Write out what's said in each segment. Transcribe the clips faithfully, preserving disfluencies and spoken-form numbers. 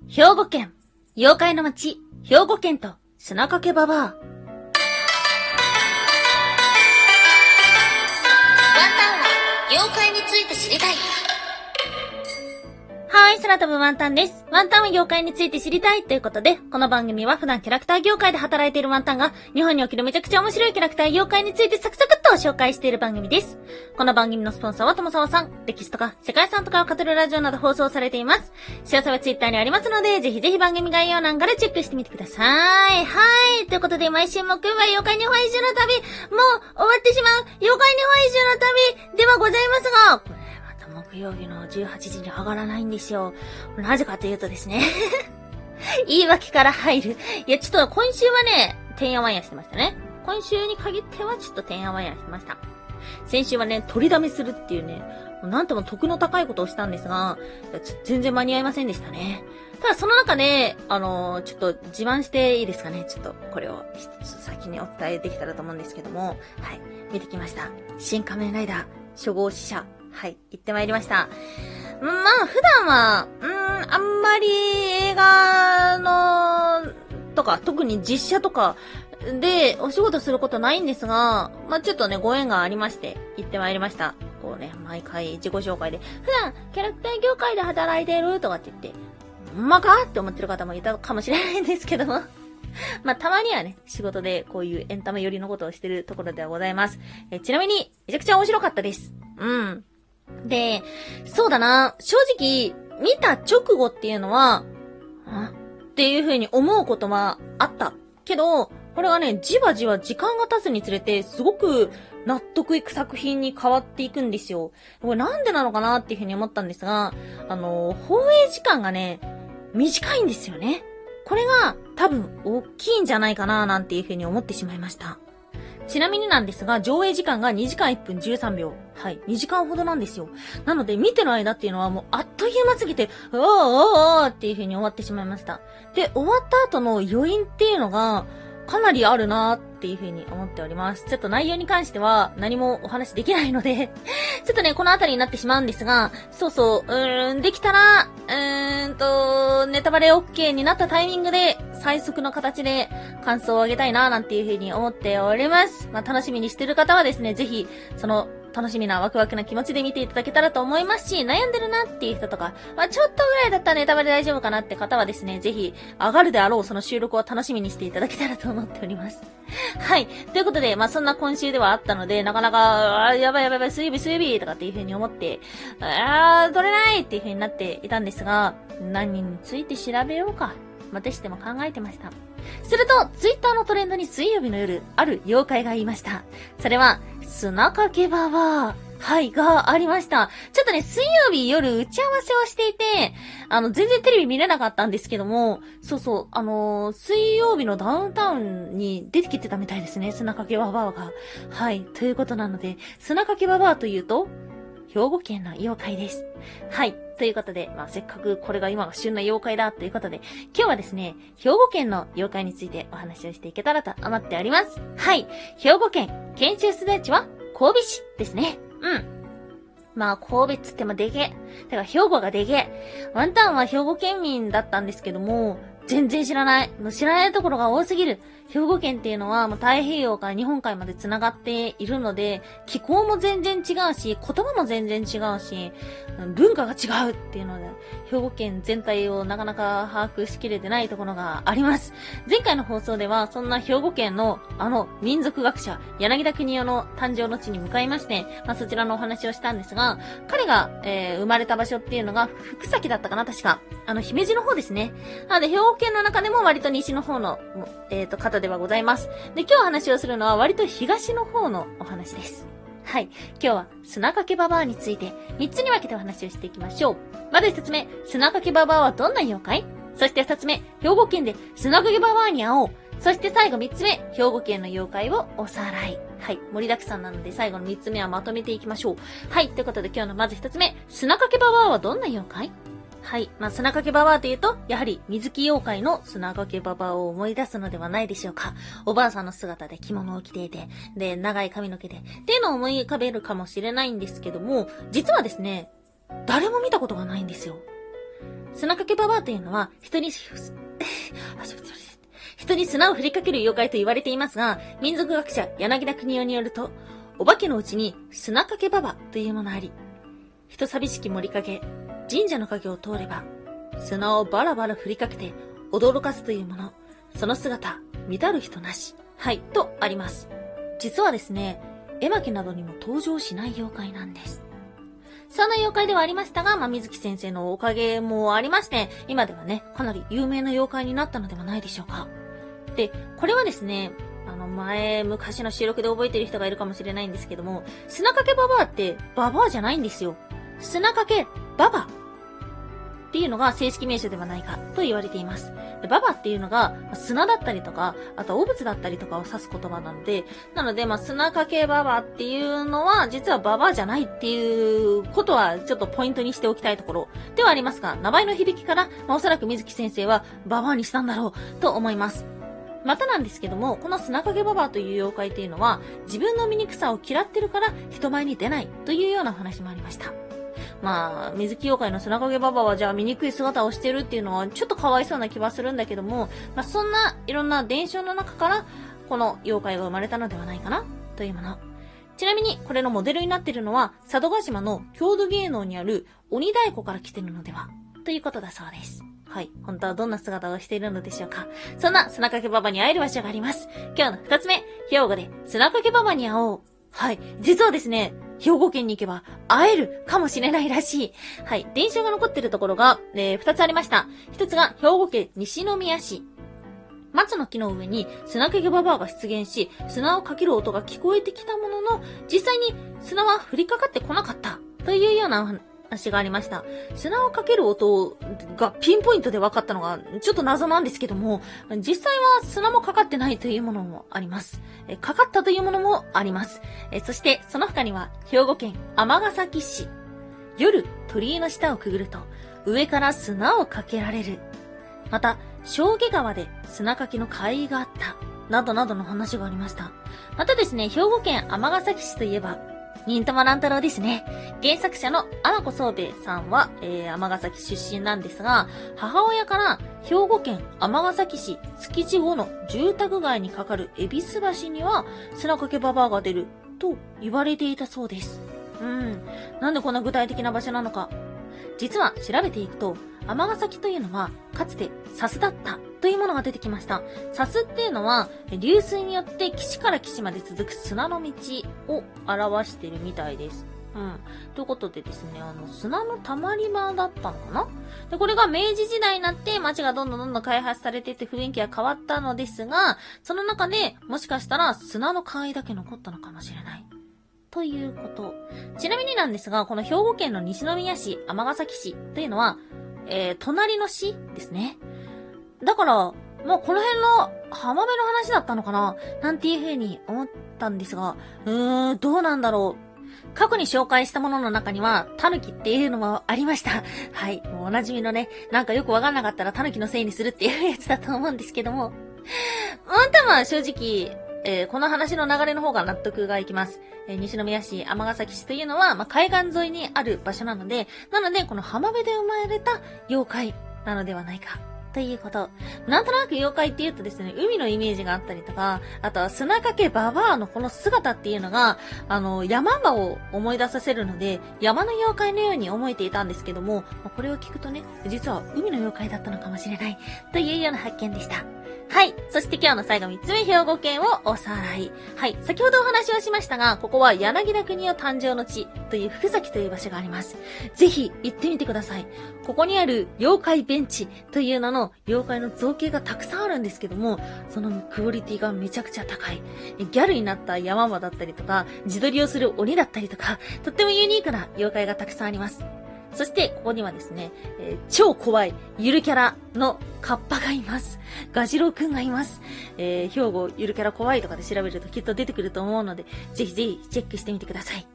兵庫県、妖怪の町、兵庫県と砂かけばばあ。ワンタンは妖怪について知りたい。 はい、空飛ぶワンタンです。ワンタンは妖怪について知りたいということで、この番組は普段キャラクター業界で働いているワンタンが、日本におけるめちゃくちゃ面白いキャラクター妖怪についてサクサクっと紹介している番組です。この番組のスポンサーはともさわさん、歴史とか世界遺産とかを語るラジオなど放送されています。詳細はツイッターにありますので、ぜひぜひ番組概要欄からチェックしてみてください。はい、ということで毎週木曜日は妖怪日本一周の旅、もう終わってしまう妖怪日本一周の旅ではございますが、木曜日のじゅうはちじに上がらないんですよ。なぜかというとですね言い訳から入る。いや、ちょっと今週はね、てんやわんやしてましたね。今週に限ってはちょっとてんやわんやしてました。先週はね、取りだめするっていうね、なんとも得の高いことをしたんですが、全然間に合いませんでしたね。ただその中で、あのー、ちょっと自慢していいですかね。ちょっとこれを一つ先にお伝えできたらと思うんですけども、はい、見てきました。新仮面ライダー、初号死者。はい、行ってまいりました。まあ、普段は、うーん、あんまり映画の、とか、特に実写とかでお仕事することないんですが、まあちょっとね、ご縁がありまして、行ってまいりました。こうね、毎回自己紹介で、普段キャラクター業界で働いてるとかって言って、ほんまかって思ってる方もいたかもしれないんですけども。まあ、たまにはね、仕事でこういうエンタメ寄りのことをしてるところではございます。えちなみに、めちゃくちゃ面白かったです。うん。で、そうだな、正直、見た直後っていうのは、あっていう風に思うことはあった。けど、これがね、じわじわ時間が経つにつれて、すごく納得いく作品に変わっていくんですよ。これなんでなのかなっていう風に思ったんですが、あの、放映時間がね、短いんですよね。これが多分大きいんじゃないかななんていう風に思ってしまいました。ちなみになんですが、上映時間がにじかんいっぷんじゅうさんびょう。はい。にじかんほどなんですよ。なので、見てる間っていうのはもうあっという間すぎて、うわーおーおーっていう風に終わってしまいました。で、終わった後の余韻っていうのが、かなりあるなーっていう風に思っております。ちょっと内容に関しては何もお話できないのでちょっとね、このあたりになってしまうんですが、そうそう、うーん、できたら、うーんと、ネタバレ OK になったタイミングで、最速の形で感想をあげたいなーなんていう風に思っております。まあ、楽しみにしてる方はですね、ぜひ、その、楽しみなワクワクな気持ちで見ていただけたらと思いますし、悩んでるなっていう人とか、まあ、ちょっとぐらいだったらネタバレ大丈夫かなって方はですね、ぜひ上がるであろうその収録を楽しみにしていただけたらと思っております。はい。ということで、まあ、そんな今週ではあったので、なかなか、あやばいやばいやばい、水曜日水曜日とかっていう風に思って、あー、取れないっていう風になっていたんですが、何について調べようか。またしても考えてました。すると、ツイッターのトレンドに水曜日の夜、ある妖怪が言いました。それは、砂かけばばはい、がありました。ちょっとね、水曜日夜打ち合わせをしていて、あの、全然テレビ見れなかったんですけども、そうそう、あのー、水曜日のダウンタウンに出てきてたみたいですね、砂かけばばが。はい、ということなので、砂かけばばというと、兵庫県の妖怪です。はい。ということで、まあ、せっかくこれが今が旬な妖怪だということで、今日はですね、兵庫県の妖怪についてお話をしていけたらと思っております。はい。兵庫県、県中所在地は神戸市ですね。うん。まあ、神戸っつってもでけえ。てか、兵庫がでけえ。ワンタンは兵庫県民だったんですけども、全然知らない。もう知らないところが多すぎる。兵庫県っていうのはもう太平洋から日本海まで繋がっているので、気候も全然違うし、言葉も全然違うし、文化が違うっていうので、兵庫県全体をなかなか把握しきれてないところがあります。前回の放送では、そんな兵庫県のあの民族学者、柳田国男の誕生の地に向かいまして、まあ、そちらのお話をしたんですが、彼が、えー、生まれた場所っていうのが福崎だったかな、確か。あの、姫路の方ですね。なので、兵庫県の中でも割と西の方の、えっと、方ではございます。で、今日お話をするのは割と東の方のお話です。はい。今日は砂かけばばあについてみっつに分けてお話をしていきましょう。まずひとつめ、砂かけばばあはどんな妖怪？そしてふたつめ、兵庫県で砂かけばばあに会おう。そして最後みっつめ、兵庫県の妖怪をおさらい。はい。盛りだくさんなので最後のみっつめはまとめていきましょう。はい。ということで今日のまずひとつめ、砂かけばばあはどんな妖怪？はい。まあ、砂かけばばあというと、やはり水木妖怪の砂かけばばあを思い出すのではないでしょうか。おばあさんの姿で着物を着ていて、で、長い髪の毛で、っていうのを思い浮かべるかもしれないんですけども、実はですね、誰も見たことがないんですよ。 砂かけババアというのは、人に、人に砂を振りかける妖怪と言われていますが、民族学者柳田国男によると、お化けのうちに砂かけババというものあり、人寂しき森影、神社の影を通れば、砂をバラバラ振りかけて驚かすというもの、その姿、見たる人なし。はい、とあります。実はですね、絵巻などにも登場しない妖怪なんです。そんな妖怪ではありましたが、まあ、水木先生のおかげもありまして、今ではね、かなり有名な妖怪になったのではないでしょうか。で、これはですね、あの、前、昔の収録で覚えてる人がいるかもしれないんですけども、砂かけババアって、ババアじゃないんですよ。砂かけババっていうのが正式名称ではないかと言われています。でババっていうのが砂だったりとか、あと汚物だったりとかを指す言葉なので、なのでまあ砂かけババっていうのは実はババアじゃないっていうことはちょっとポイントにしておきたいところではありますが、名前の響きから、まあ、おそらく水木先生はババアにしたんだろうと思います。またなんですけども、この砂かけババアという妖怪っていうのは自分の醜さを嫌ってるから人前に出ないというような話もありました。まあ、水木妖怪の砂かけババアはじゃあ醜い姿をしてるっていうのはちょっとかわいそうな気はするんだけども、まあそんないろんな伝承の中からこの妖怪が生まれたのではないかなというもの。ちなみにこれのモデルになっているのは佐渡島の郷土芸能にある鬼太鼓から来ているのではということだそうです。はい。本当はどんな姿をしているのでしょうか。そんな砂かけババアに会える場所があります。今日の二つ目、兵庫で砂かけババアに会おう。はい。実はですね、兵庫県に行けば会えるかもしれないらしい。はい。伝承が残っているところが、えー、二つありました。一つが兵庫県西宮市。松の木の上に砂かけババアが出現し、砂をかける音が聞こえてきたものの、実際に砂は降りかかってこなかったというような話がありました。砂をかける音がピンポイントで分かったのがちょっと謎なんですけども、実際は砂もかかってないというものもあります。えかかったというものもあります。えそしてその他には兵庫県尼崎市。夜鳥居の下をくぐると上から砂をかけられる。また正下川で砂かけの会があった。などなどの話がありました。またですね、兵庫県尼崎市といえば忍たま乱太郎ですね。原作者の天子宗兵衛さんは、えー、尼崎出身なんですが、母親から兵庫県尼崎市築地後の住宅街にかかる恵比寿橋には砂かけババアが出ると言われていたそうです。うん。なんでこんな具体的な場所なのか。実は調べていくと、尼崎というのはかつて砂州だったというものが出てきました。砂州っていうのは流水によって岸から岸まで続く砂の道を表しているみたいです。うん。ということでですね、あの、砂の溜まり場だったのかな。で、これが明治時代になって街がどんどんどんどん開発されていって雰囲気が変わったのですが、その中でもしかしたら砂の塊だけ残ったのかもしれない。ということ。ちなみになんですが、この兵庫県の西宮市、尼崎市というのは、えー、隣の市ですね。だから、まあ、この辺の浜辺の話だったのかななんていう風に思ったんですが、うーん、どうなんだろう。過去に紹介したものの中には、タヌキっていうのもありました。はい。もうおなじみのね、なんかよくわかんなかったらタヌキのせいにするっていうやつだと思うんですけども。あんたは正直、えー、この話の流れの方が納得がいきます。えー、西宮市、尼崎市というのは、まあ、海岸沿いにある場所なので、なので、この浜辺で生まれた妖怪なのではないか。ということ。なんとなく妖怪って言うとですね、海のイメージがあったりとか、あとは砂かけババアのこの姿っていうのが、あの、山場を思い出させるので、山の妖怪のように思えていたんですけども、これを聞くとね、実は海の妖怪だったのかもしれない、というような発見でした。はい。そして今日の最後みっつめ、兵庫県をおさらい。はい。先ほどお話をしましたが、ここは柳田国男誕生の地という福崎という場所があります。ぜひ行ってみてください。ここにある妖怪ベンチという名の妖怪の造形がたくさんあるんですけども、そのクオリティがめちゃくちゃ高い。ギャルになった山場だったりとか、自撮りをする鬼だったりとか、とってもユニークな妖怪がたくさんあります。そして、ここにはですね、えー、超怖いゆるキャラのカッパがいます。ガジロウくんがいます。えー、兵庫ゆるキャラ怖いとかで調べるときっと出てくると思うので、ぜひぜひチェックしてみてください。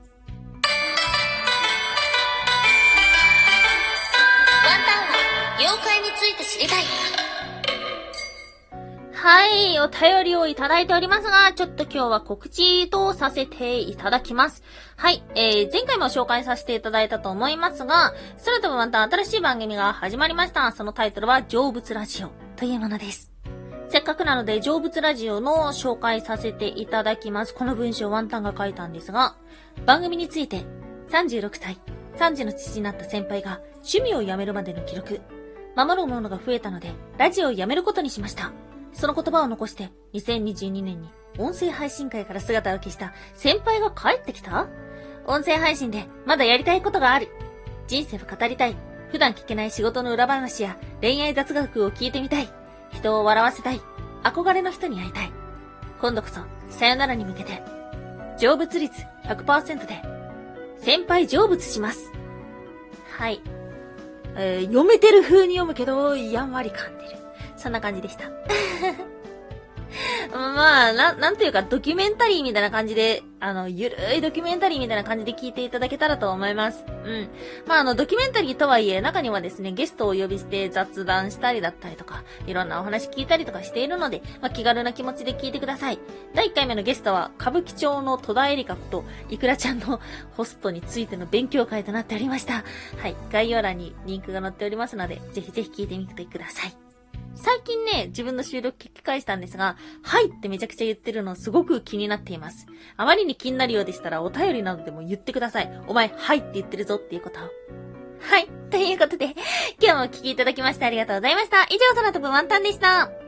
ワンタンは妖怪について知りたい。 はい、お便りをいただいておりますが、ちょっと今日は告知とさせていただきます。はい、えー、前回も紹介させていただいたと思いますが、空飛ぶまた新しい番組が始まりました。そのタイトルは、成仏ラジオというものです。せっかくなので、成仏ラジオの紹介させていただきます。この文章ワンタンが書いたんですが、番組について、さんじゅうろくさい、さんじの父になった先輩が趣味を辞めるまでの記録、守るものが増えたので、ラジオを辞めることにしました。その言葉を残して、にせんにじゅうにねんに音声配信会から姿を消した先輩が帰ってきた？音声配信でまだやりたいことがある。人生を語りたい。普段聞けない仕事の裏話や恋愛雑学を聞いてみたい。人を笑わせたい。憧れの人に会いたい。今度こそ、さよならに向けて、成仏率 ひゃくパーセント で、先輩成仏します。はい。えー、読めてる風に読むけど、やんわり噛んでる。そんな感じでした。まあ、な、なんというか、ドキュメンタリーみたいな感じで、あの、ゆるいドキュメンタリーみたいな感じで聞いていただけたらと思います。うん。まあ、あの、ドキュメンタリーとはいえ、中にはですね、ゲストをお呼びして雑談したりだったりとか、いろんなお話聞いたりとかしているので、まあ、気軽な気持ちで聞いてください。だいいっかいめのゲストは、歌舞伎町の戸田恵梨香こと、いくらちゃんのホストについての勉強会となっておりました。はい。概要欄にリンクが載っておりますので、ぜひぜひ聞いてみてください。最近ね、自分の収録聞き返したんですが、はいってめちゃくちゃ言ってるのすごく気になっています。あまりに気になるようでしたらお便りなどでも言ってください。お前、はいって言ってるぞっていうことを。はい。ということで、今日もお聞きいただきましてありがとうございました。以上、空飛ぶワンタンでした。